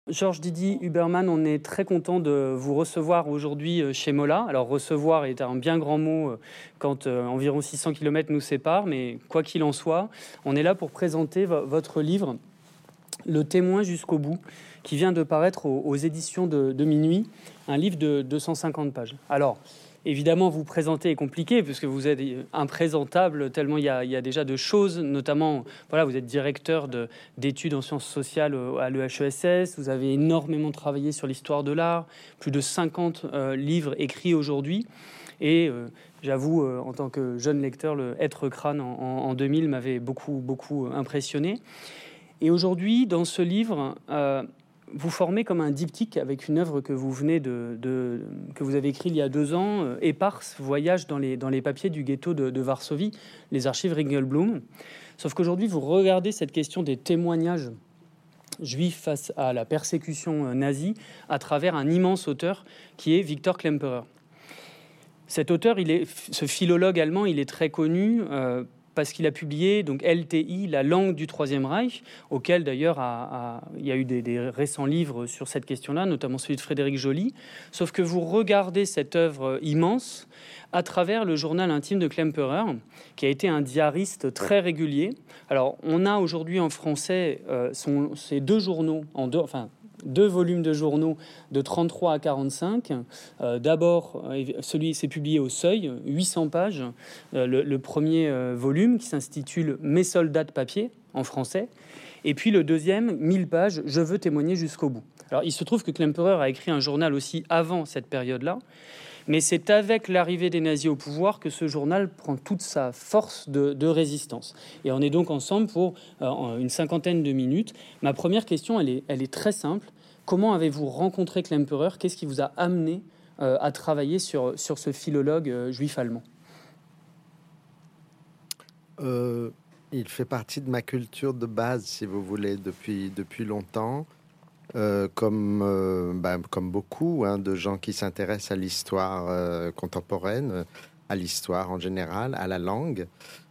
Georges Didier Huberman, on est très content de vous recevoir aujourd'hui chez Mola. Alors recevoir est un bien grand mot quand environ 600 km nous séparent, mais quoi qu'il en soit, on est là pour présenter votre livre, Le témoin jusqu'au bout, qui vient de paraître aux éditions de Minuit, un livre de 250 pages. Alors, évidemment, vous présenter est compliqué puisque vous êtes imprésentable tellement il y a déjà de choses, notamment, voilà, vous êtes directeur d'études en sciences sociales à l'EHESS, vous avez énormément travaillé sur l'histoire de l'art, plus de 50 livres écrits aujourd'hui. Et j'avoue, en tant que jeune lecteur, le Être crâne en 2000 m'avait beaucoup impressionné. Et aujourd'hui, dans ce livre, vous formez comme un diptyque avec une œuvre que vous venez que vous avez écrite il y a 2 ans, Éparse, voyage dans les papiers du ghetto de Varsovie, les archives Ringelblum. Sauf qu'aujourd'hui, vous regardez cette question des témoignages juifs face à la persécution nazie à travers un immense auteur qui est Victor Klemperer. Cet auteur, ce philologue allemand, il est très connu parce qu'il a publié donc LTI, la langue du Troisième Reich, auquel d'ailleurs il y a eu des récents livres sur cette question-là, notamment celui de Frédéric Joly. Sauf que vous regardez cette œuvre immense à travers le journal intime de Klemperer, qui a été un diariste très régulier. Alors, on a aujourd'hui en français ces 2 journaux, deux volumes de journaux de 33 à 45. D'abord, celui s'est publié au Seuil, 800 pages, le premier volume qui s'intitule « Mes soldats de papier » en français. Et puis le deuxième, 1000 pages, « Je veux témoigner jusqu'au bout ». Alors, il se trouve que Klemperer a écrit un journal aussi avant cette période-là, mais c'est avec l'arrivée des nazis au pouvoir que ce journal prend toute sa force de résistance. Et on est donc ensemble pour une 50aine de minutes. Ma première question, elle est très simple. Comment avez-vous rencontré Klemperer ? Qu'est-ce qui vous a amené à travailler sur ce philologue juif allemand ? Il fait partie de ma culture de base, si vous voulez, depuis longtemps. Comme beaucoup de gens qui s'intéressent à l'histoire contemporaine, à l'histoire en général, à la langue.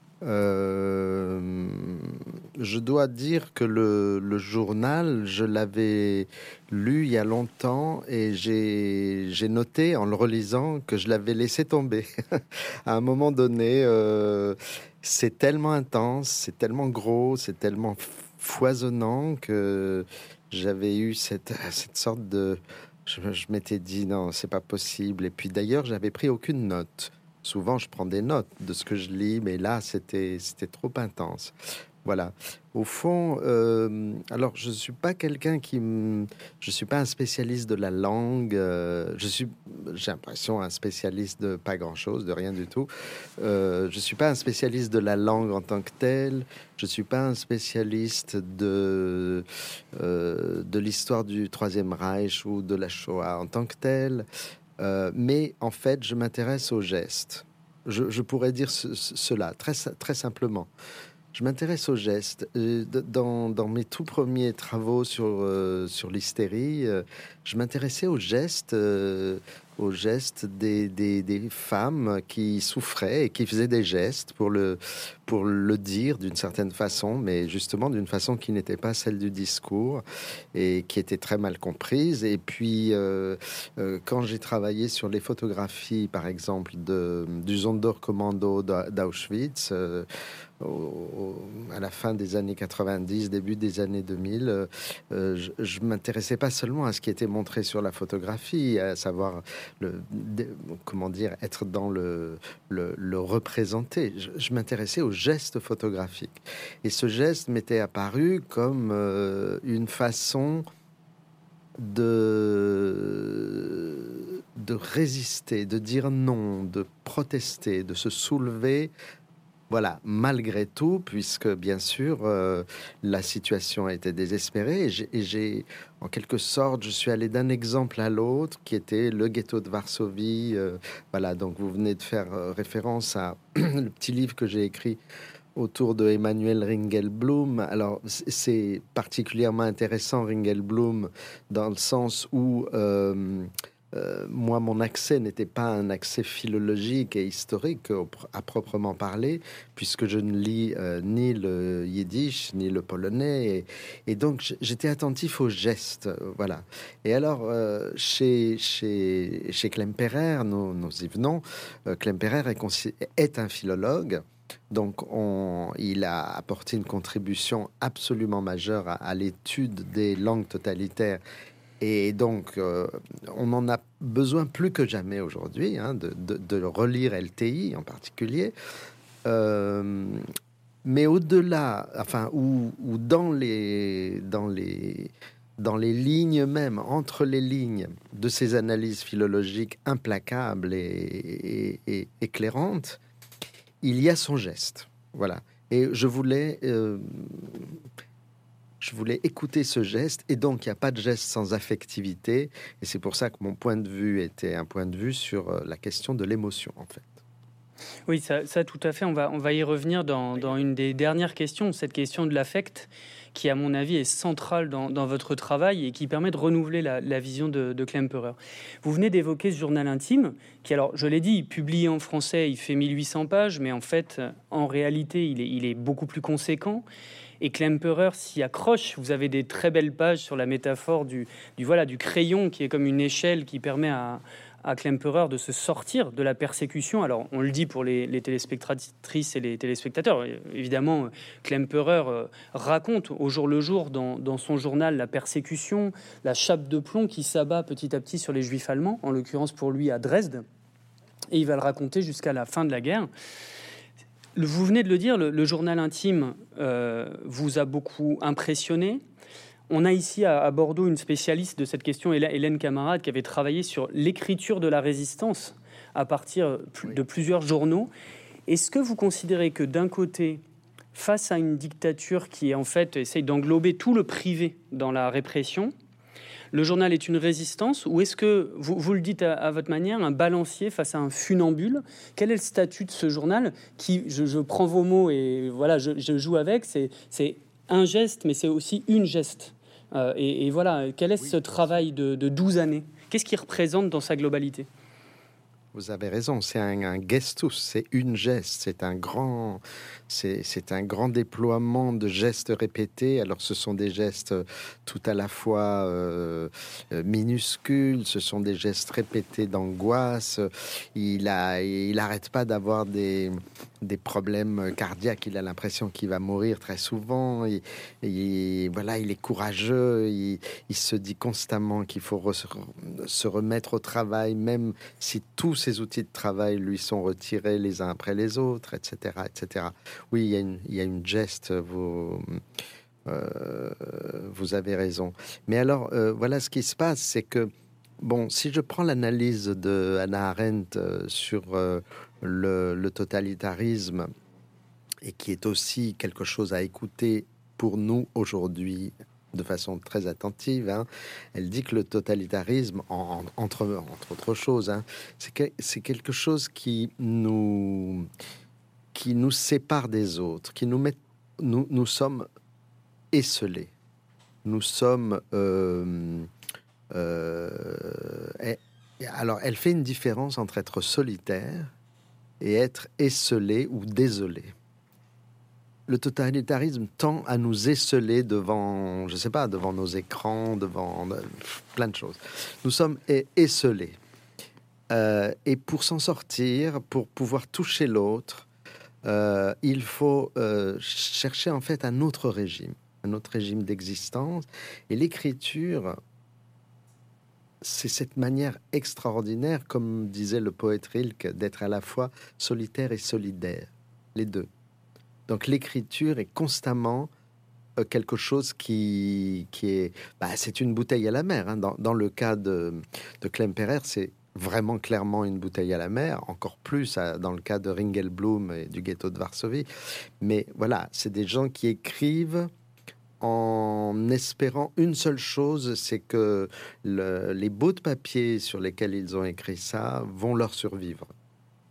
Je dois dire que le journal, je l'avais lu il y a longtemps et j'ai noté en le relisant que je l'avais laissé tomber. À un moment donné, c'est tellement intense, c'est tellement gros, c'est tellement foisonnant que j'avais eu cette sorte de... Je m'étais dit non, c'est pas possible. Et puis d'ailleurs, j'avais pris aucune note. Souvent, je prends des notes de ce que je lis, mais là, c'était trop intense. Voilà. Au fond, alors, je suis pas je suis pas un spécialiste de la langue. J'ai l'impression, un spécialiste de pas grand-chose, de rien du tout. Je suis pas un spécialiste de la langue en tant que telle. Je suis pas un spécialiste de l'histoire du Troisième Reich ou de la Shoah en tant que telle. Mais en fait, je m'intéresse aux gestes. Je pourrais dire cela très simplement. Je m'intéresse aux gestes. Dans mes tout premiers travaux sur l'hystérie, je m'intéressais aux gestes des femmes qui souffraient et qui faisaient des gestes pour le dire d'une certaine façon, mais justement d'une façon qui n'était pas celle du discours et qui était très mal comprise. Et puis, quand j'ai travaillé sur les photographies, par exemple, du Sonderkommando d'Auschwitz, à la fin des années 90, début des années 2000, je m'intéressais pas seulement à ce qui était montré sur la photographie, à savoir être dans le représenter. Je m'intéressais au geste photographique. Et ce geste m'était apparu comme une façon de résister, de dire non, de protester, de se soulever. Voilà, malgré tout, puisque bien sûr, la situation était désespérée et j'ai, en quelque sorte, je suis allé d'un exemple à l'autre, qui était le ghetto de Varsovie. Voilà, donc vous venez de faire référence à le petit livre que j'ai écrit autour de Emanuel Ringelblum. Alors, c'est particulièrement intéressant, Ringelblum, dans le sens où moi, mon accès n'était pas un accès philologique et historique à proprement parler, puisque je ne lis ni le yiddish, ni le polonais. Et donc, j'étais attentif aux gestes. Voilà. Et alors, chez Klemperer, nous y venons. Klemperer est un philologue. Donc, il a apporté une contribution absolument majeure à l'étude des langues totalitaires. Et donc, on en a besoin plus que jamais aujourd'hui, hein, de relire LTI en particulier. Mais au-delà, enfin, ou dans les lignes même, entre les lignes de ces analyses philologiques implacables et éclairantes, il y a son geste. Voilà. Et je voulais écouter ce geste, et donc il n'y a pas de geste sans affectivité, et c'est pour ça que mon point de vue était un point de vue sur la question de l'émotion, en fait. Oui, ça tout à fait. On va y revenir dans une des dernières questions, cette question de l'affect, qui, à mon avis, est centrale dans votre travail et qui permet de renouveler la vision de Klemperer. Vous venez d'évoquer ce journal intime, qui, alors, je l'ai dit, publié en français, il fait 1800 pages, mais en fait, en réalité, il est beaucoup plus conséquent. Et Klemperer s'y accroche. Vous avez des très belles pages sur la métaphore du crayon, qui est comme une échelle qui permet à Klemperer de se sortir de la persécution. Alors, on le dit pour les téléspectatrices et les téléspectateurs. Évidemment, Klemperer raconte au jour le jour dans son journal la persécution, la chape de plomb qui s'abat petit à petit sur les Juifs allemands, en l'occurrence pour lui à Dresde. Et il va le raconter jusqu'à la fin de la guerre. Vous venez de le dire, le journal intime vous a beaucoup impressionné. On a ici à Bordeaux une spécialiste de cette question, Hélène Camarade, qui avait travaillé sur l'écriture de la résistance à partir de plusieurs journaux. Est-ce que vous considérez que d'un côté, face à une dictature qui en fait essaye d'englober tout le privé dans la répression, le journal est une résistance, ou est-ce que, vous le dites à votre manière, un balancier face à un funambule? Quel est le statut de ce journal qui, je prends vos mots et voilà, je joue avec, c'est un geste, mais c'est aussi une geste. Et voilà, quel est ce travail de 12 années? Qu'est-ce qu'il représente dans sa globalité? Vous avez raison, c'est un gestus, c'est une geste, c'est un grand déploiement de gestes répétés. Alors ce sont des gestes tout à la fois minuscules, ce sont des gestes répétés d'angoisse. Il arrête pas d'avoir des problèmes cardiaques, il a l'impression qu'il va mourir très souvent. Voilà, il est courageux, il se dit constamment qu'il faut se remettre au travail, même si tous ses outils de travail lui sont retirés les uns après les autres, etc., etc. Oui, il y a une geste, vous avez raison. Mais alors, voilà ce qui se passe, c'est que, bon, si je prends l'analyse de Hannah Arendt sur le totalitarisme, et qui est aussi quelque chose à écouter pour nous aujourd'hui, de façon très attentive, hein. Elle dit que le totalitarisme, entre autres choses, hein, c'est quelque chose qui nous sépare des autres, qui nous met, nous sommes esselés, nous sommes. Alors, elle fait une différence entre être solitaire et être esselé ou désolé. Le totalitarisme tend à nous esseler devant, je sais pas, devant nos écrans, devant plein de choses. Nous sommes esselés. Et pour s'en sortir, pour pouvoir toucher l'autre, il faut chercher en fait un autre régime d'existence. Et l'écriture, c'est cette manière extraordinaire, comme disait le poète Rilke, d'être à la fois solitaire et solidaire, les deux. Donc l'écriture est constamment quelque chose qui est... c'est une bouteille à la mer. Hein. Dans le cas de Klemperer, c'est vraiment clairement une bouteille à la mer, encore plus dans le cas de Ringelblum et du ghetto de Varsovie. Mais voilà, c'est des gens qui écrivent en espérant une seule chose, c'est que les bouts de papier sur lesquels ils ont écrit ça vont leur survivre.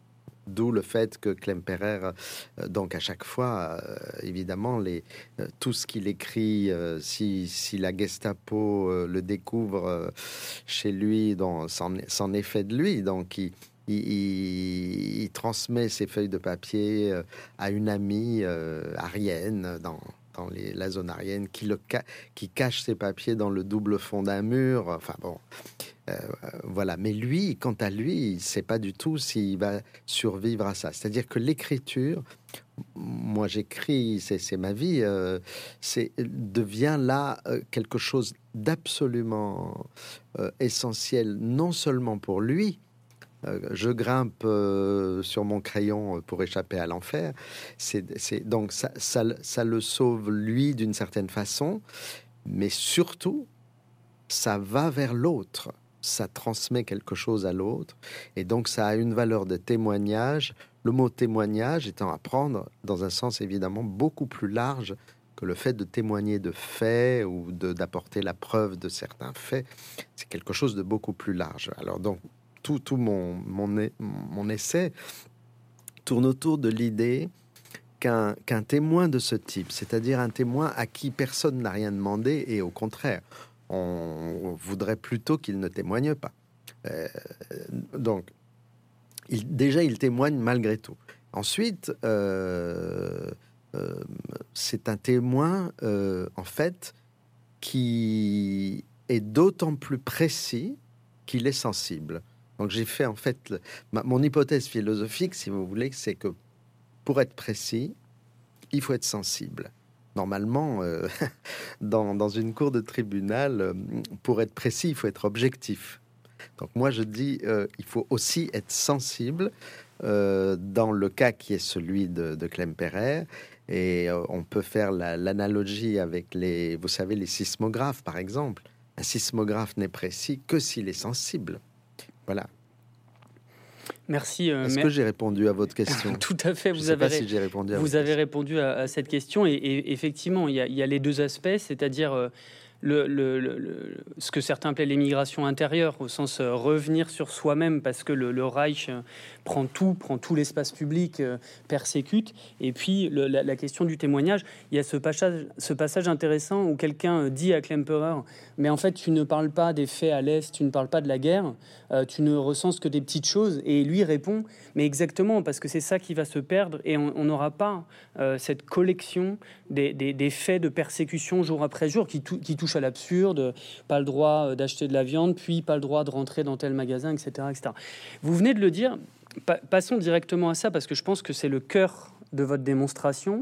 D'où le fait que Klemperer, donc à chaque fois, évidemment, tout ce qu'il écrit, si la Gestapo le découvre chez lui, c'en est fait de lui. Donc, il transmet ses feuilles de papier à une amie arienne dans la zone arienne, qui cache ses papiers dans le double fond d'un mur. Enfin bon, voilà. Mais lui, quant à lui, il ne sait pas du tout s'il va survivre à ça. C'est-à-dire que l'écriture, moi j'écris, c'est ma vie, devient là quelque chose d'absolument essentiel, non seulement pour lui. Je grimpe sur mon crayon pour échapper à l'enfer. Donc ça le sauve lui d'une certaine façon, mais surtout, ça va vers l'autre. Ça transmet quelque chose à l'autre. Et donc, ça a une valeur de témoignage. Le mot témoignage étant à prendre dans un sens évidemment beaucoup plus large que le fait de témoigner de faits ou d'apporter la preuve de certains faits. C'est quelque chose de beaucoup plus large. Alors donc, tout mon essai tourne autour de l'idée qu'un témoin de ce type, c'est-à-dire un témoin à qui personne n'a rien demandé, et au contraire, on voudrait plutôt qu'il ne témoigne pas. Donc, il témoigne malgré tout. Ensuite, c'est un témoin, en fait, qui est d'autant plus précis qu'il est sensible. Donc j'ai fait en fait mon hypothèse philosophique, si vous voulez, c'est que pour être précis, il faut être sensible. Normalement, dans une cour de tribunal, pour être précis, il faut être objectif. Donc moi je dis, il faut aussi être sensible dans le cas qui est celui de Klemperer. Et on peut faire l'analogie avec vous savez, les sismographes par exemple. Un sismographe n'est précis que s'il est sensible. Voilà. Merci. Est-ce que j'ai répondu à votre question? Tout à fait. Vous avez répondu à cette question. Et effectivement, il y a les deux aspects, c'est-à-dire ce que certains appellent l'émigration intérieure, au sens revenir sur soi-même, parce que le Reich prend tout l'espace public, persécute. Et puis la question du témoignage, il y a ce passage intéressant où quelqu'un dit à Klemperer, mais en fait tu ne parles pas des faits à l'Est, tu ne parles pas de la guerre, tu ne recenses que des petites choses. Et lui répond, mais exactement, parce que c'est ça qui va se perdre, et on n'aura pas cette collection des faits de persécution jour après jour qui touchent à l'absurde, pas le droit d'acheter de la viande, puis pas le droit de rentrer dans tel magasin, etc. etc. Vous venez de le dire, passons directement à ça, parce que je pense que c'est le cœur de votre démonstration.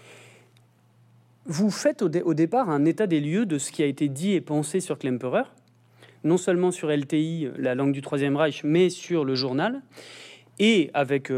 Vous faites au départ un état des lieux de ce qui a été dit et pensé sur Klemperer, non seulement sur LTI, la langue du Troisième Reich, mais sur le journal. Et avec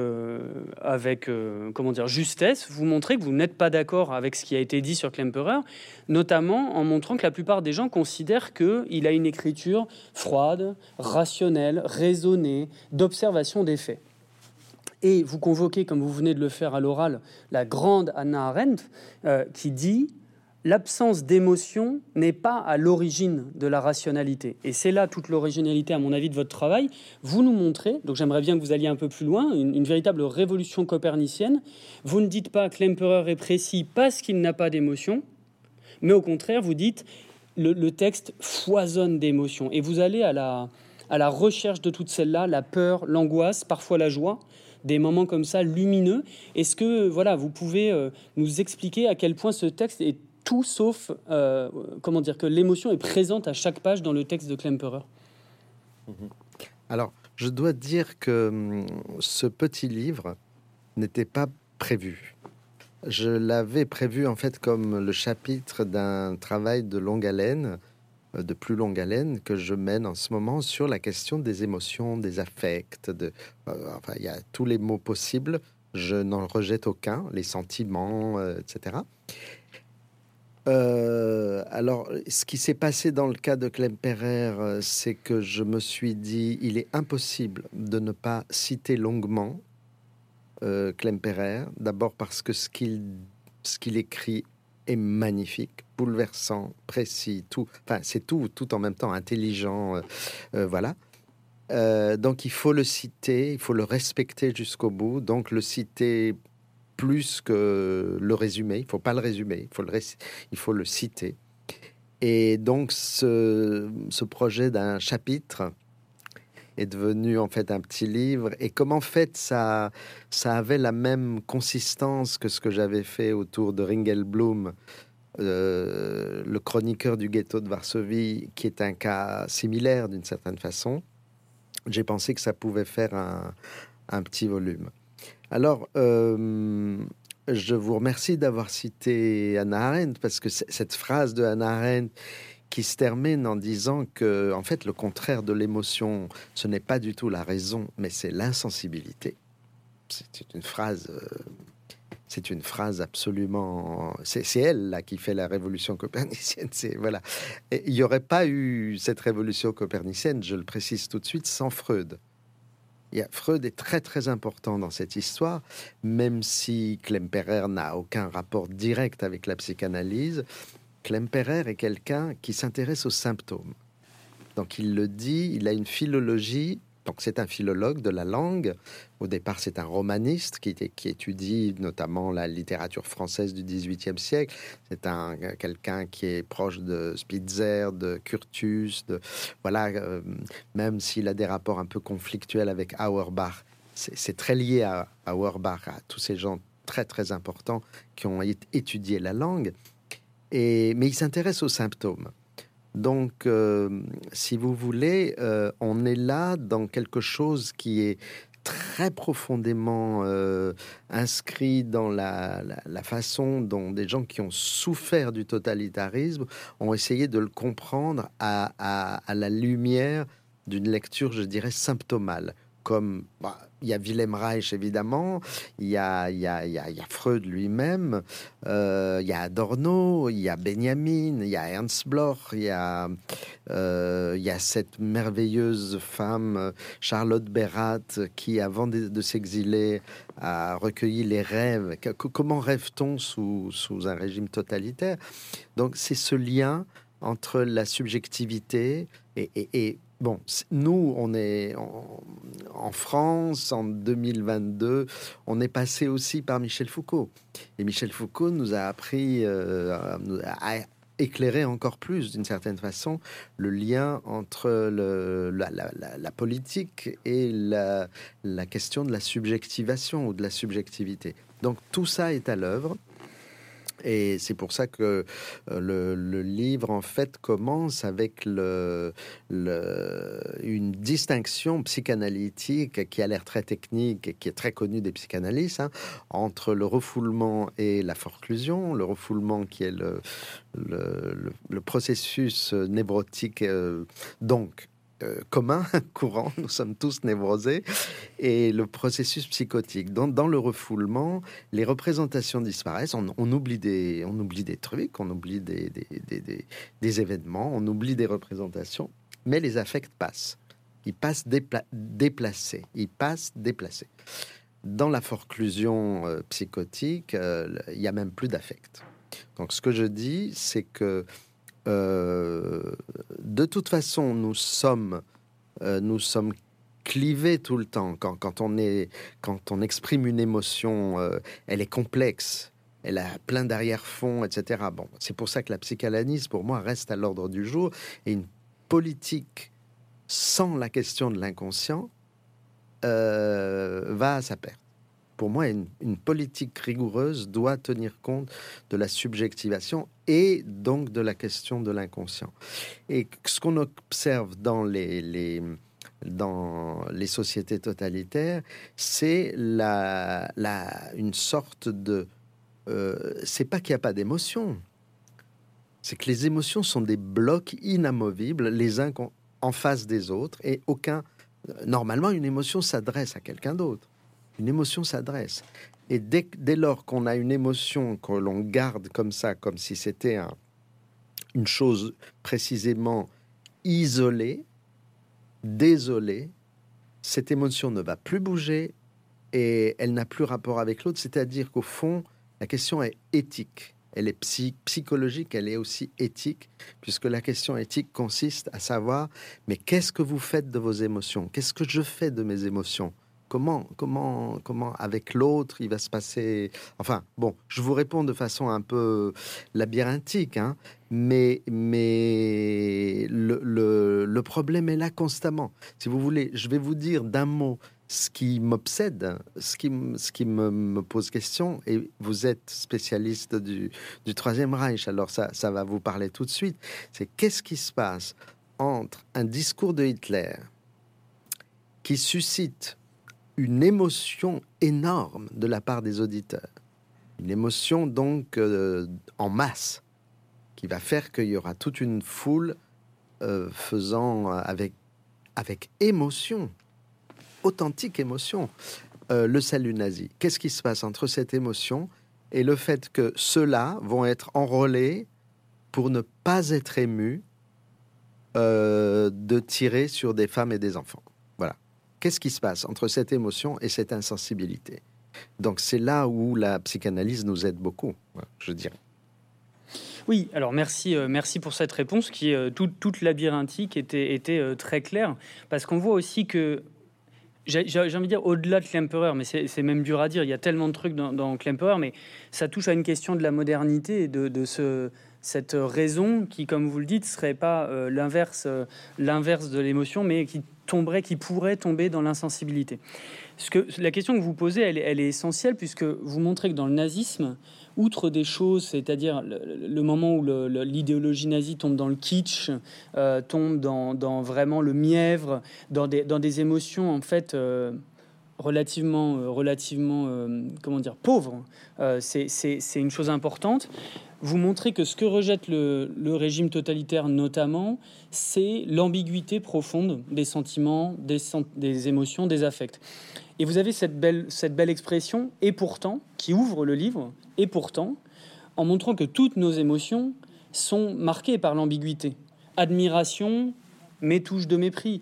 justesse, vous montrez que vous n'êtes pas d'accord avec ce qui a été dit sur Klemperer, notamment en montrant que la plupart des gens considèrent qu'il a une écriture froide, rationnelle, raisonnée, d'observation des faits. Et vous convoquez, comme vous venez de le faire à l'oral, la grande Hannah Arendt, qui dit « L'absence d'émotion n'est pas à l'origine de la rationalité ». Et c'est là toute l'originalité, à mon avis, de votre travail. Vous nous montrez, donc j'aimerais bien que vous alliez un peu plus loin, une véritable révolution copernicienne. Vous ne dites pas que Klemperer est précis parce qu'il n'a pas d'émotion, mais au contraire, vous dites le texte foisonne d'émotions. Et vous allez à la recherche de toutes celles-là, la peur, l'angoisse, parfois la joie, des moments comme ça lumineux. Est-ce que vous pouvez nous expliquer à quel point ce texte est tout sauf, que l'émotion est présente à chaque page dans le texte de Klemperer? Alors, je dois dire que ce petit livre n'était pas prévu. Je l'avais prévu en fait comme le chapitre d'un travail de longue haleine, de plus longue haleine, que je mène en ce moment sur la question des émotions, des affects, il y a tous les mots possibles. Je n'en rejette aucun, les sentiments, etc. Alors, ce qui s'est passé dans le cas de Klemperer, c'est que je me suis dit, il est impossible de ne pas citer longuement Klemperer. D'abord parce que ce qu'il écrit est magnifique, bouleversant, précis, tout en même temps intelligent, voilà. Donc il faut le citer, il faut le respecter jusqu'au bout. Donc le citer plus que le résumer, il ne faut pas le résumer, il faut le citer. Et donc ce projet d'un chapitre est devenu en fait un petit livre, et comme en fait ça avait la même consistance que ce que j'avais fait autour de Ringelblum, le chroniqueur du ghetto de Varsovie, qui est un cas similaire d'une certaine façon, j'ai pensé que ça pouvait faire un petit volume. Alors, je vous remercie d'avoir cité Hannah Arendt, parce que cette phrase de Hannah Arendt qui se termine en disant que, en fait, le contraire de l'émotion, ce n'est pas du tout la raison, mais c'est l'insensibilité. C'est une phrase absolument... C'est elle, là, qui fait la révolution copernicienne. Voilà. Et il n'y aurait pas eu cette révolution copernicienne, je le précise tout de suite, sans Freud. Freud est très, très important dans cette histoire, même si Klemperer n'a aucun rapport direct avec la psychanalyse. Klemperer est quelqu'un qui s'intéresse aux symptômes. Donc, il le dit, il a une philologie. Donc, c'est un philologue de la langue. Au départ, c'est un romaniste qui étudie notamment la littérature française du XVIIIe siècle. C'est quelqu'un qui est proche de Spitzer, de Curtius, voilà, même s'il a des rapports un peu conflictuels avec Auerbach. C'est très lié à Auerbach, à tous ces gens très, très importants qui ont étudié la langue. Mais il s'intéresse aux symptômes. Donc, si vous voulez, on est là dans quelque chose qui est très profondément inscrit dans la façon dont des gens qui ont souffert du totalitarisme ont essayé de le comprendre à la lumière d'une lecture, je dirais, symptomale. Comme il y a Wilhelm Reich, évidemment, il y a Freud lui-même, il y a Adorno, il y a Benjamin, il y a Ernst Bloch, il y a cette merveilleuse femme, Charlotte Berrat, qui, avant de s'exiler, a recueilli les rêves. Comment rêve-t-on sous un régime totalitaire? Donc, c'est ce lien entre la subjectivité et bon, nous, on est en France, en 2022, on est passé aussi par Michel Foucault. Et Michel Foucault nous a appris à éclairer encore plus, d'une certaine façon, le lien entre la politique et la question de la subjectivation ou de la subjectivité. Donc, tout ça est à l'œuvre. Et c'est pour ça que le livre, en fait, commence avec une distinction psychanalytique qui a l'air très technique et qui est très connue des psychanalystes, hein, entre le refoulement et la forclusion. Le refoulement qui est le processus névrotique, donc commun, courant, nous sommes tous névrosés, et le processus psychotique. Dans le refoulement, les représentations disparaissent, on oublie des trucs, on oublie des événements, on oublie des représentations, mais les affects passent. Ils passent déplacés. Ils passent déplacés. Dans la forclusion psychotique, il n'y a même plus d'affect. Donc, ce que je dis, c'est que de toute façon, nous sommes clivés tout le temps. Quand on exprime une émotion, elle est complexe, elle a plein d'arrière-fonds, etc. Bon, c'est pour ça que la psychanalyse, pour moi, reste à l'ordre du jour. Et une politique sans la question de l'inconscient va à sa perte. Pour moi, une politique rigoureuse doit tenir compte de la subjectivation et donc de la question de l'inconscient. Et ce qu'on observe dans les sociétés totalitaires, c'est une sorte de... c'est pas qu'il n'y a pas d'émotions, c'est que les émotions sont des blocs inamovibles, les uns en face des autres, et normalement, une émotion s'adresse à quelqu'un d'autre. Une émotion s'adresse. Et dès lors qu'on a une émotion que l'on garde comme ça, comme si c'était une chose précisément isolée, désolée, cette émotion ne va plus bouger et elle n'a plus rapport avec l'autre. C'est-à-dire qu'au fond, la question est éthique. Elle est psychologique, elle est aussi éthique, puisque la question éthique consiste à savoir, mais qu'est-ce que vous faites de vos émotions? Qu'est-ce que je fais de mes émotions? Comment avec l'autre il va se passer? Enfin, bon, je vous réponds de façon un peu labyrinthique, hein, mais le problème est là constamment. Si vous voulez, je vais vous dire d'un mot ce qui m'obsède, ce qui me pose question, et vous êtes spécialiste du Troisième Reich, alors ça va vous parler tout de suite, c'est qu'est-ce qui se passe entre un discours de Hitler qui suscite une émotion énorme de la part des auditeurs, une émotion donc en masse, qui va faire qu'il y aura toute une foule faisant avec émotion, authentique émotion, le salut nazi. Qu'est-ce qui se passe entre cette émotion et le fait que ceux-là vont être enrôlés pour ne pas être émus de tirer sur des femmes et des enfants? Voilà. Qu'est-ce qui se passe entre cette émotion et cette insensibilité? Donc c'est là où la psychanalyse nous aide beaucoup, je dirais. Oui, alors merci pour cette réponse qui est toute labyrinthique, était très claire, parce qu'on voit aussi que j'ai envie de dire au-delà de Klemperer, mais c'est même dur à dire. Il y a tellement de trucs dans Klemperer, mais ça touche à une question de la modernité et de cette raison qui, comme vous le dites, serait pas l'inverse de l'émotion, mais qui pourrait tomber dans l'insensibilité. La question que vous posez, elle est essentielle, puisque vous montrez que dans le nazisme, outre des choses, c'est-à-dire le moment où l'idéologie nazie tombe dans le kitsch, tombe dans vraiment le mièvre, dans des émotions en fait relativement comment dire, pauvres, c'est une chose importante. Vous montrez que ce que rejette le régime totalitaire notamment, c'est l'ambiguïté profonde des sentiments, des émotions, des affects. Et vous avez cette belle expression « et pourtant » qui ouvre le livre, « et pourtant », en montrant que toutes nos émotions sont marquées par l'ambiguïté. Admiration, mais touche de mépris,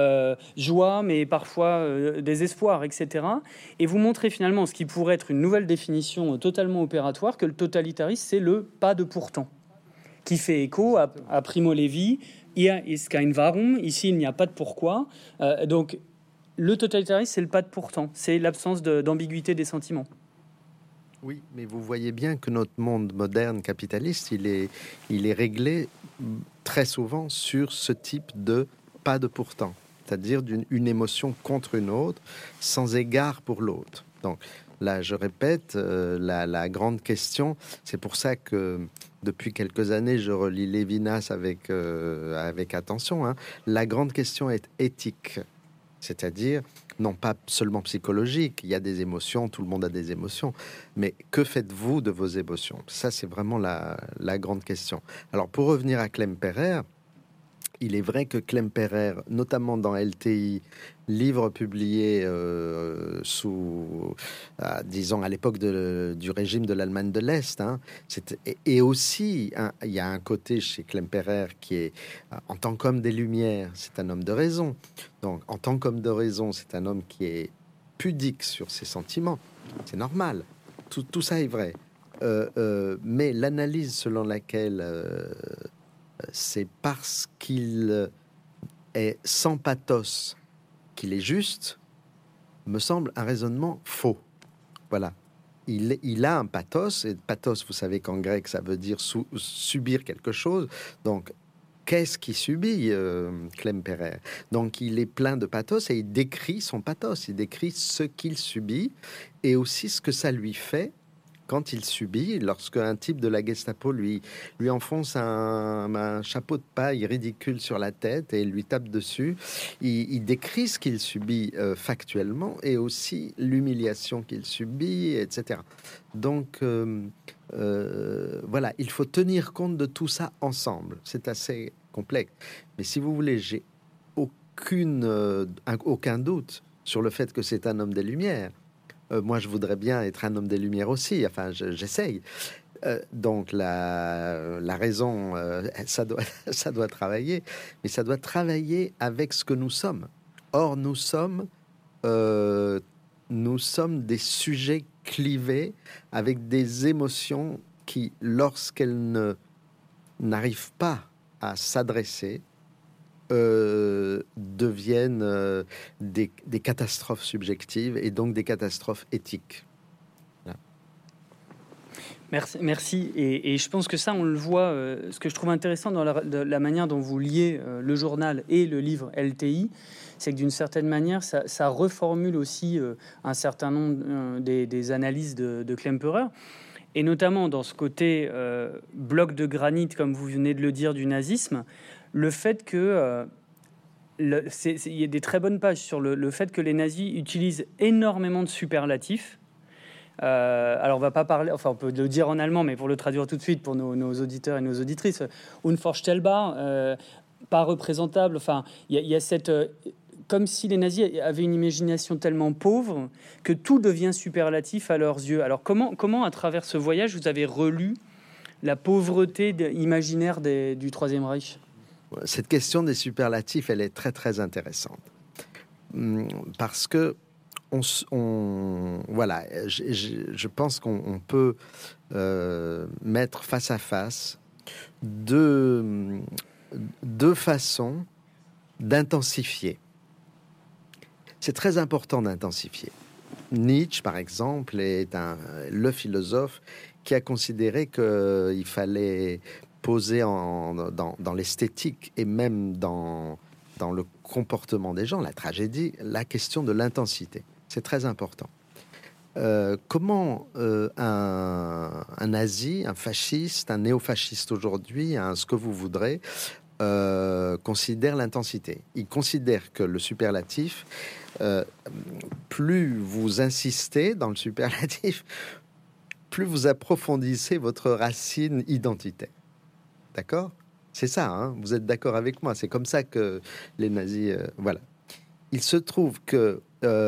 joie, mais parfois désespoir, etc. Et vous montrez finalement ce qui pourrait être une nouvelle définition totalement opératoire, que le totalitarisme, c'est le « pas de pourtant », qui fait écho à Primo Levi, « Hier ist kein Warum », ici il n'y a pas de pourquoi. Donc, le totalitarisme, c'est le pas de pourtant, c'est l'absence d'ambiguïté des sentiments. Oui, mais vous voyez bien que notre monde moderne capitaliste, il est réglé très souvent sur ce type de pas de pourtant, c'est-à-dire une émotion contre une autre, sans égard pour l'autre. Donc là, je répète, la grande question, c'est pour ça que depuis quelques années, je relis Lévinas avec attention, hein. La grande question est éthique. C'est-à-dire, non pas seulement psychologique, il y a des émotions, tout le monde a des émotions, mais que faites-vous de vos émotions? Ça, c'est vraiment la grande question. Alors, pour revenir à Klemperer, il est vrai que Klemperer, notamment dans LTI, livre publié disons, à l'époque du régime de l'Allemagne de l'Est, hein, et aussi, il y a un côté chez Klemperer qui est, en tant qu'homme des Lumières, c'est un homme de raison. Donc, en tant qu'homme de raison, c'est un homme qui est pudique sur ses sentiments. C'est normal. Tout ça est vrai. Mais l'analyse selon laquelle c'est parce qu'il est sans pathos qu'il est juste, me semble un raisonnement faux. Voilà. Il a un pathos, et pathos, vous savez qu'en grec, ça veut dire subir quelque chose. Donc, qu'est-ce qu'il subit, Klemperer? Donc, il est plein de pathos et il décrit son pathos. Il décrit ce qu'il subit et aussi ce que ça lui fait quand il subit, lorsqu'un type de la Gestapo lui enfonce un chapeau de paille ridicule sur la tête et lui tape dessus, il décrit ce qu'il subit factuellement et aussi l'humiliation qu'il subit, etc. Donc, voilà, il faut tenir compte de tout ça ensemble. C'est assez complexe. Mais si vous voulez, j'ai aucun doute sur le fait que c'est un homme des Lumières. Moi, je voudrais bien être un homme des Lumières aussi. Enfin, j'essaye. Donc, la raison, ça doit travailler. Mais ça doit travailler avec ce que nous sommes. Or, nous sommes des sujets clivés avec des émotions qui, lorsqu'elles n'arrivent pas à s'adresser, deviennent des catastrophes subjectives et donc des catastrophes éthiques. Merci. Et je pense que ça, on le voit. Ce que je trouve intéressant dans la manière dont vous liez le journal et le livre LTI, c'est que d'une certaine manière, ça reformule aussi un certain nombre des analyses de Klemperer, et notamment dans ce côté bloc de granit, comme vous venez de le dire, du nazisme, le fait que... il y a des très bonnes pages sur le fait que les nazis utilisent énormément de superlatifs. Alors on va pas parler, enfin on peut le dire en allemand, mais pour le traduire tout de suite pour nos auditeurs et nos auditrices, unvorstellbar, pas représentable. Enfin, il y a cette, comme si les nazis avaient une imagination tellement pauvre que tout devient superlatif à leurs yeux. Alors comment à travers ce voyage vous avez relu la pauvreté imaginaire du Troisième Reich? Cette question des superlatifs, elle est très très intéressante parce que voilà, je pense qu'on peut mettre face à face deux façons d'intensifier. C'est très important d'intensifier. Nietzsche, par exemple, est le philosophe qui a considéré qu'il fallait poser dans l'esthétique et même dans le comportement des gens, la tragédie, la question de l'intensité. C'est très important. Comment un nazi, un fasciste, un néofasciste aujourd'hui, ce que vous voudrez, considère l'intensité? Il considère que le superlatif, plus vous insistez dans le superlatif, plus vous approfondissez votre racine identitaire. D'accord ? C'est ça, hein, vous êtes d'accord avec moi. C'est comme ça que les nazis... voilà. Il se trouve que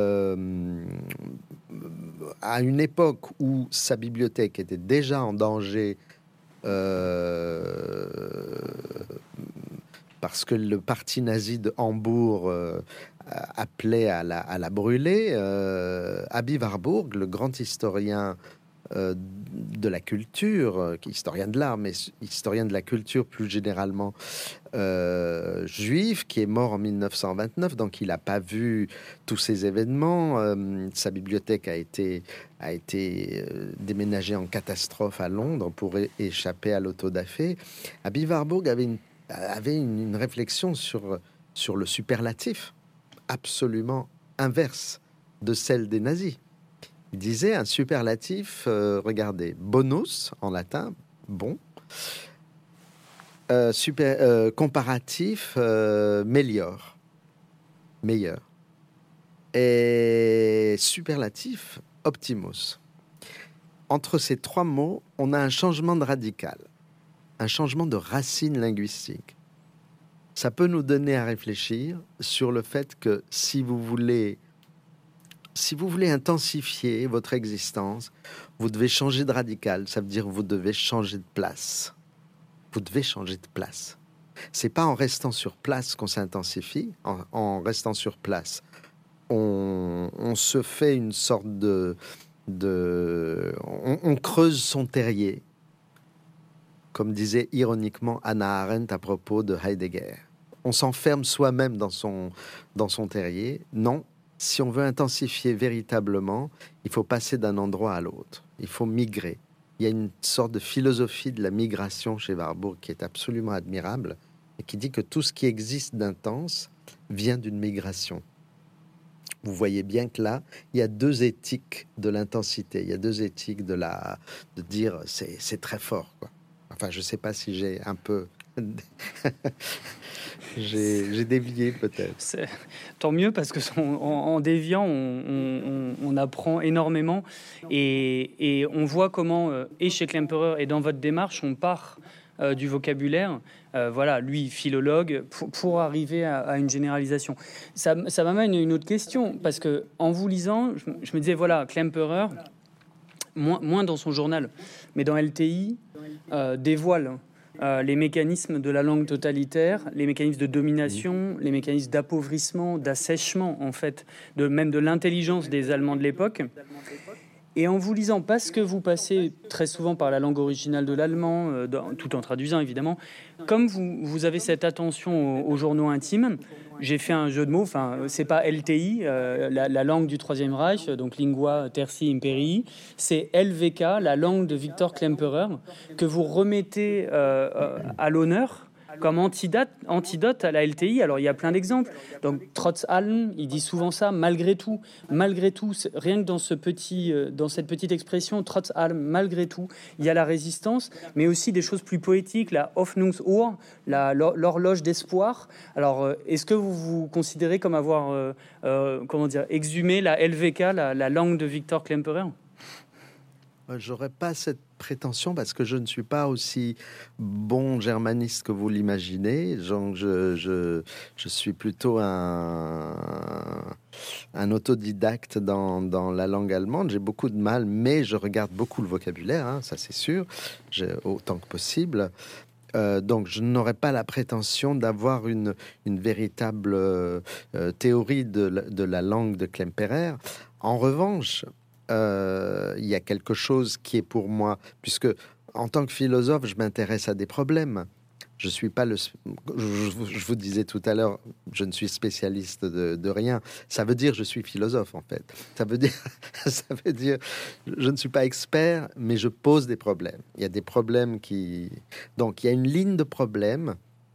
à une époque où sa bibliothèque était déjà en danger parce que le parti nazi de Hambourg appelait à la brûler, Aby Warburg, le grand historien de la culture, historien de l'art, mais historien de la culture plus généralement juif, qui est mort en 1929, donc il n'a pas vu tous ces événements. Sa bibliothèque a été déménagée en catastrophe à Londres pour échapper à l'autodafé. Aby Warburg avait une réflexion sur le superlatif absolument inverse de celle des nazis. Il disait un superlatif, regardez, bonus en latin, bon, comparatif, meilleur, et superlatif, optimus. Entre ces trois mots, on a un changement de radical, un changement de racine linguistique. Ça peut nous donner à réfléchir sur le fait que si vous voulez intensifier votre existence, vous devez changer de radical. Ça veut dire que vous devez changer de place. Vous devez changer de place. C'est pas en restant sur place qu'on s'intensifie. En restant sur place, on se fait une sorte on creuse son terrier, comme disait ironiquement Hannah Arendt à propos de Heidegger. On s'enferme soi-même dans son terrier. Non. Si on veut intensifier véritablement, il faut passer d'un endroit à l'autre. Il faut migrer. Il y a une sorte de philosophie de la migration chez Warburg qui est absolument admirable et qui dit que tout ce qui existe d'intense vient d'une migration. Vous voyez bien que là, il y a deux éthiques de l'intensité. Il y a deux éthiques de dire c'est très fort, quoi. Enfin, je ne sais pas si j'ai un peu... J'ai dévié peut-être. Tant mieux, parce que en déviant, on apprend énormément et on voit comment, et chez Klemperer et dans votre démarche, on part du vocabulaire. Voilà, lui, philologue, pour arriver à une généralisation. Ça m'amène à une autre question, parce que en vous lisant, je me disais, voilà, Klemperer, moins dans son journal, mais dans LTI, dévoile les mécanismes de la langue totalitaire, les mécanismes de domination, les mécanismes d'appauvrissement, d'assèchement, en fait, même de l'intelligence des Allemands de l'époque. Et en vous lisant, parce que vous passez très souvent par la langue originale de l'allemand, tout en traduisant évidemment, comme vous avez cette attention aux journaux intimes, j'ai fait un jeu de mots, enfin, c'est pas LTI, la langue du Troisième Reich, donc Lingua Tertii Imperii, c'est LVK, la langue de Victor Klemperer, que vous remettez à l'honneur comme antidote à la LTI. Alors, il y a plein d'exemples. Donc, Trotz allem, il dit souvent ça, malgré tout, rien que dans cette petite expression, Trotz allem, malgré tout, il y a la résistance, mais aussi des choses plus poétiques, la Hoffnungsuhr, l'horloge d'espoir. Alors, est-ce que vous vous considérez comme avoir, exhumé la LVK, la langue de Victor Klemperer? J'aurais pas cette prétention parce que je ne suis pas aussi bon germaniste que vous l'imaginez. Donc je suis plutôt un autodidacte dans la langue allemande. J'ai beaucoup de mal, mais je regarde beaucoup le vocabulaire, hein, ça c'est sûr, autant que possible. Donc je n'aurais pas la prétention d'avoir une véritable théorie de la langue de Klemperer. En revanche, il y a quelque chose qui est pour moi, puisque en tant que philosophe, je m'intéresse à des problèmes. Je suis pas je vous disais tout à l'heure, je ne suis spécialiste de rien. Ça veut dire je suis philosophe en fait. Ça veut dire je ne suis pas expert, mais je pose des problèmes. Il y a des problèmes donc il y a une ligne de problèmes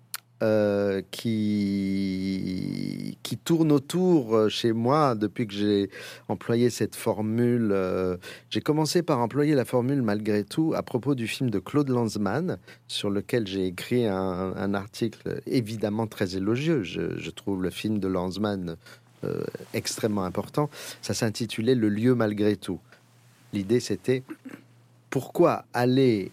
qui tourne autour chez moi depuis que j'ai employé cette formule. J'ai commencé par employer la formule malgré tout à propos du film de Claude Lanzmann, sur lequel j'ai écrit un article évidemment très élogieux. Je trouve le film de Lanzmann extrêmement important. Ça s'intitulait Le lieu malgré tout. L'idée c'était pourquoi aller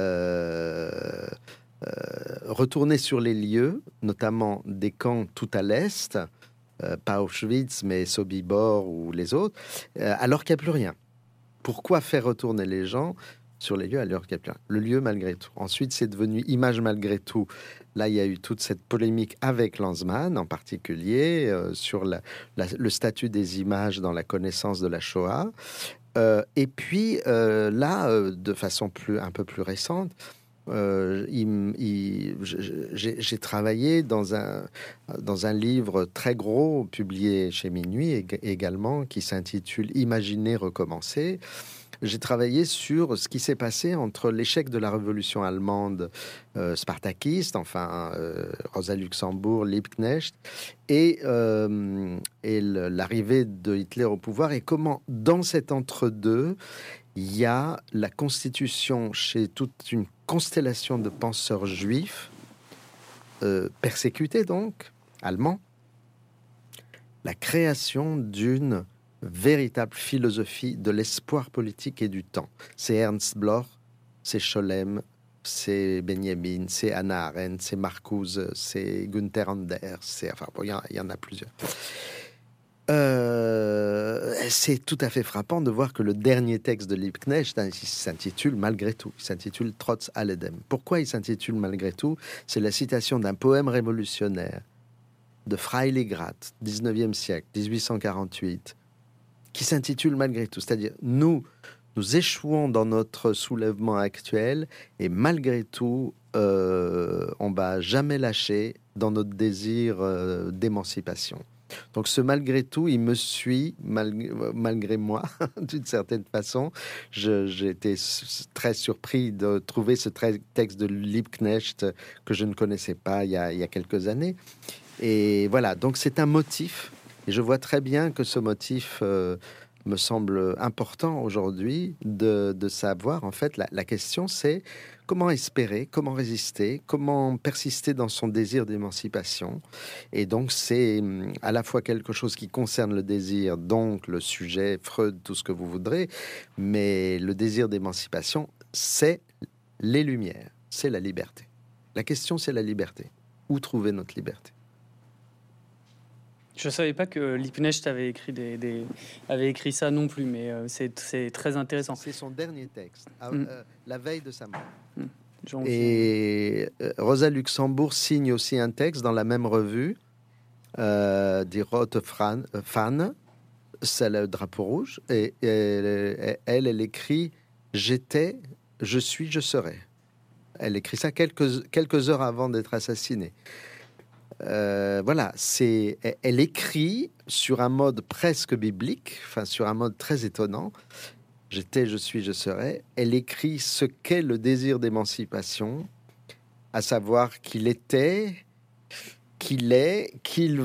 retourner sur les lieux, notamment des camps tout à l'est, pas Auschwitz, mais Sobibor ou les autres, alors qu'il n'y a plus rien. Pourquoi faire retourner les gens sur les lieux alors qu'il n'y a plus rien? Le lieu malgré tout. Ensuite, c'est devenu image malgré tout. Là, il y a eu toute cette polémique avec Lanzmann, en particulier, sur le statut des images dans la connaissance de la Shoah. Et puis, de façon un peu plus récente, j'ai travaillé dans un livre très gros publié chez Minuit également qui s'intitule Imaginer, recommencer. J'ai travaillé sur ce qui s'est passé entre l'échec de la révolution allemande spartakiste, Rosa Luxembourg, Liebknecht, et l'arrivée de Hitler au pouvoir, et comment dans cet entre-deux il y a la constitution chez toute une constellation de penseurs juifs, persécutés donc, allemands, la création d'une véritable philosophie de l'espoir politique et du temps. C'est Ernst Bloch, c'est Scholem, c'est Benjamin, c'est Hannah Arendt, c'est Marcuse, c'est Günther Anders, il y en a plusieurs. C'est tout à fait frappant de voir que le dernier texte de Liebknecht s'intitule malgré tout. Il s'intitule Trotz alledem. Pourquoi il s'intitule malgré tout? C'est la citation d'un poème révolutionnaire de Freiligrath, 19e siècle, 1848, qui s'intitule malgré tout. C'est-à-dire, nous échouons dans notre soulèvement actuel et malgré tout, on va jamais lâcher dans notre désir d'émancipation. Donc ce malgré tout, il me suit malgré moi, d'une certaine façon. J'ai été très surpris de trouver ce texte de Liebknecht que je ne connaissais pas il y a quelques années. Et voilà, donc c'est un motif. Et je vois très bien que ce motif me semble important aujourd'hui de savoir. En fait, la question c'est comment espérer, comment résister, comment persister dans son désir d'émancipation. Et donc, c'est à la fois quelque chose qui concerne le désir, donc le sujet, Freud, tout ce que vous voudrez, mais le désir d'émancipation, c'est les Lumières, c'est la liberté. La question, c'est la liberté. Où trouver notre liberté? Je ne savais pas que Liebknecht avait écrit ça non plus, mais c'est très intéressant. C'est son dernier texte, la veille de sa mort. Et Rosa Luxembourg signe aussi un texte dans la même revue, Die Rote Fahne, c'est le drapeau rouge, et elle écrit « J'étais, je suis, je serai ». Elle écrit ça quelques heures avant d'être assassinée. Voilà, elle écrit sur un mode presque biblique, enfin sur un mode très étonnant. J'étais, je suis, je serai. Elle écrit ce qu'est le désir d'émancipation, à savoir qu'il était, qu'il est, qu'il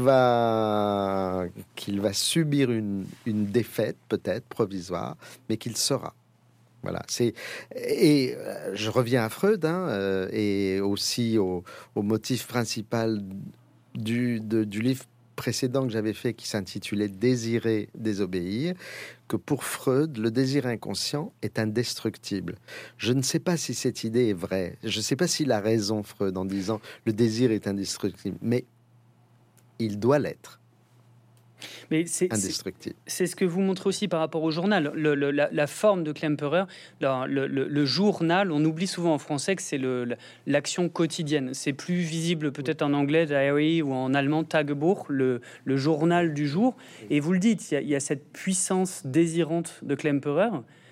va subir une défaite peut-être provisoire, mais qu'il sera. Voilà, je reviens à Freud, et aussi au motif principal du livre précédent que j'avais fait qui s'intitulait Désirer, désobéir, que pour Freud, le désir inconscient est indestructible. Je ne sais pas si cette idée est vraie. Je ne sais pas s'il a raison, Freud, en disant le désir est indestructible, mais il doit l'être. Mais c'est ce que vous montrez aussi par rapport au journal. La forme de Klemperer, le journal, on oublie souvent en français que c'est l'action quotidienne. C'est plus visible peut-être en anglais, diary, ou en allemand, Tagebuch, le journal du jour. Et vous le dites, il y a cette puissance désirante de Klemperer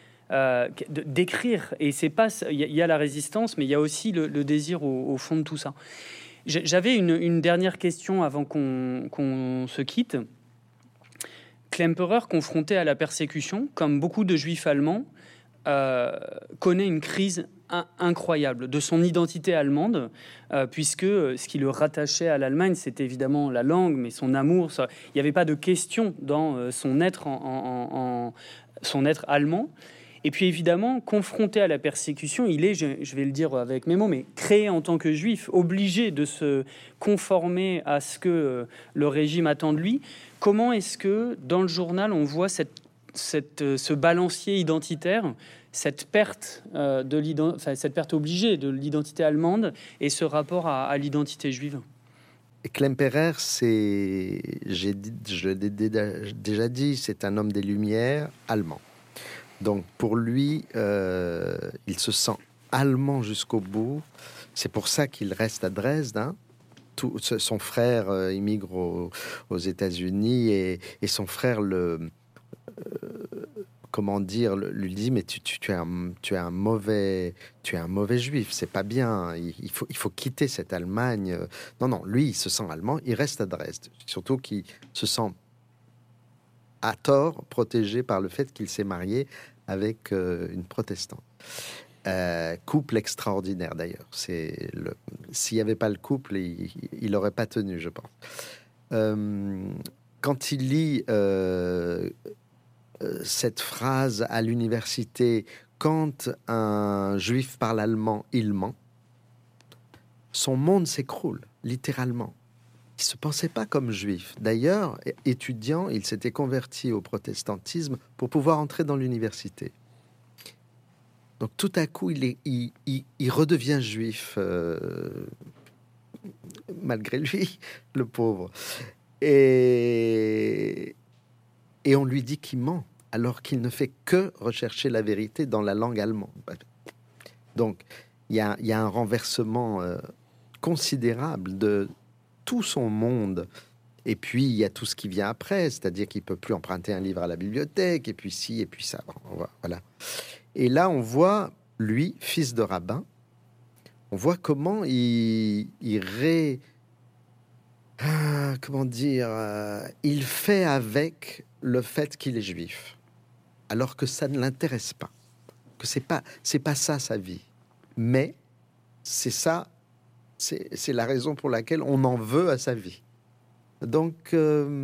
d'écrire. Et c'est pas, il y a la résistance, mais il y a aussi le désir au fond de tout ça. J'avais une dernière question avant qu'on se quitte. Klemperer, confronté à la persécution, comme beaucoup de juifs allemands, connaît une crise incroyable de son identité allemande, puisque ce qui le rattachait à l'Allemagne, c'était évidemment la langue, mais son amour. Il n'y avait pas de question dans son être, son être allemand. Et puis évidemment, confronté à la persécution, il est, je vais le dire avec mes mots, mais créé en tant que juif, obligé de se conformer à ce que le régime attend de lui. Comment est-ce que dans le journal, on voit ce balancier identitaire, cette perte cette perte obligée de l'identité allemande et ce rapport à l'identité juive? Klemperer, je l'ai déjà dit, c'est un homme des Lumières allemand. Donc pour lui, il se sent allemand jusqu'au bout. C'est pour ça qu'il reste à Dresde. Son frère immigre aux États-Unis et son frère lui dit mais tu es un mauvais juif, c'est pas bien. Il faut quitter cette Allemagne. Non, lui il se sent allemand, il reste à Dresde. Surtout qu'il se sent à tort protégé par le fait qu'il s'est marié avec une protestante. Couple extraordinaire d'ailleurs. S'il n'y avait pas le couple, il n'aurait pas tenu, je pense. Quand il lit cette phrase à l'université, quand un juif parle allemand, il ment, son monde s'écroule, littéralement. Il ne se pensait pas comme juif. D'ailleurs, étudiant, il s'était converti au protestantisme pour pouvoir entrer dans l'université. Donc tout à coup, il redevient juif, malgré lui, le pauvre. Et on lui dit qu'il ment, alors qu'il ne fait que rechercher la vérité dans la langue allemande. Donc il y a un renversement considérable de tout son monde. Et puis, il y a tout ce qui vient après, c'est-à-dire qu'il ne peut plus emprunter un livre à la bibliothèque, et puis ci, et puis ça. Voilà. Et là, on voit, lui, fils de rabbin, on voit comment il fait avec le fait qu'il est juif, alors que ça ne l'intéresse pas, que c'est pas ça sa vie. Mais c'est ça, c'est la raison pour laquelle on en veut à sa vie. Donc,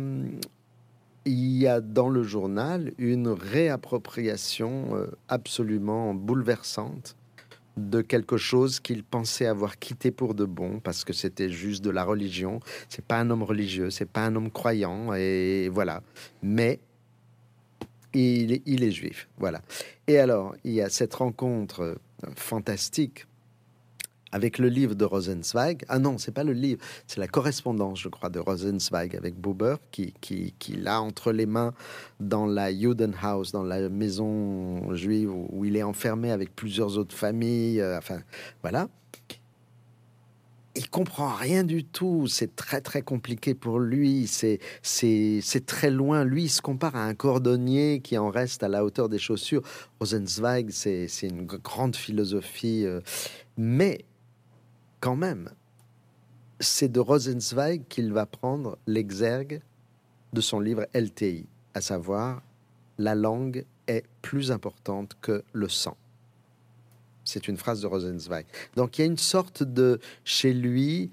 il y a dans le journal une réappropriation absolument bouleversante de quelque chose qu'il pensait avoir quitté pour de bon, parce que c'était juste de la religion. C'est pas un homme religieux, c'est pas un homme croyant, et voilà. Mais il est juif, voilà. Et alors, il y a cette rencontre fantastique avec le livre de Rosenzweig. Ah non, c'est pas le livre, c'est la correspondance, je crois, de Rosenzweig avec Buber, qui l'a entre les mains dans la Judenhaus, dans la maison juive où il est enfermé avec plusieurs autres familles. Enfin, voilà. il comprend rien du tout. C'est très très compliqué pour lui. C'est très loin. Lui, il se compare à un cordonnier qui en reste à la hauteur des chaussures. Rosenzweig, c'est une grande philosophie, mais quand même, c'est de Rosenzweig qu'il va prendre l'exergue de son livre LTI, à savoir la langue est plus importante que le sang. C'est une phrase de Rosenzweig. Donc il y a une sorte de, chez lui,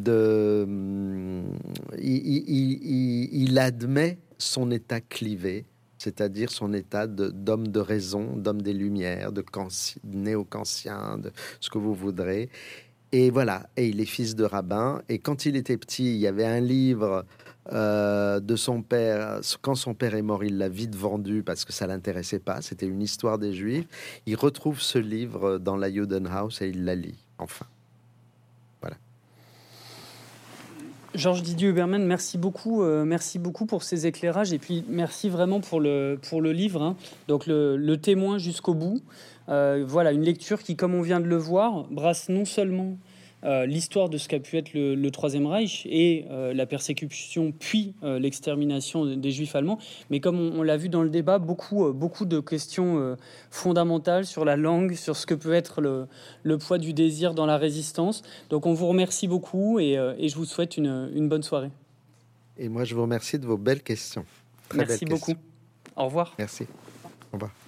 il admet son état clivé, c'est-à-dire son état d'homme de raison, d'homme des Lumières, de néo-kantien, de ce que vous voudrez. Et voilà, et il est fils de rabbin. Et quand il était petit, il y avait un livre de son père. Quand son père est mort, il l'a vite vendu parce que ça l'intéressait pas. C'était une histoire des Juifs. Il retrouve ce livre dans la Judenhaus et il la lit, enfin. Voilà. Georges Didier Huberman, merci beaucoup pour ces éclairages et puis merci vraiment pour le livre, hein. Donc le témoin jusqu'au bout. Voilà, une lecture qui, comme on vient de le voir, brasse non seulement l'histoire de ce qu'a pu être le Troisième Reich et la persécution puis l'extermination des Juifs allemands, mais comme on l'a vu dans le débat, beaucoup de questions fondamentales sur la langue, sur ce que peut être le poids du désir dans la résistance. Donc on vous remercie beaucoup et je vous souhaite une bonne soirée. Et moi, je vous remercie de vos belles questions. Merci beaucoup. Au revoir. Merci. Au revoir.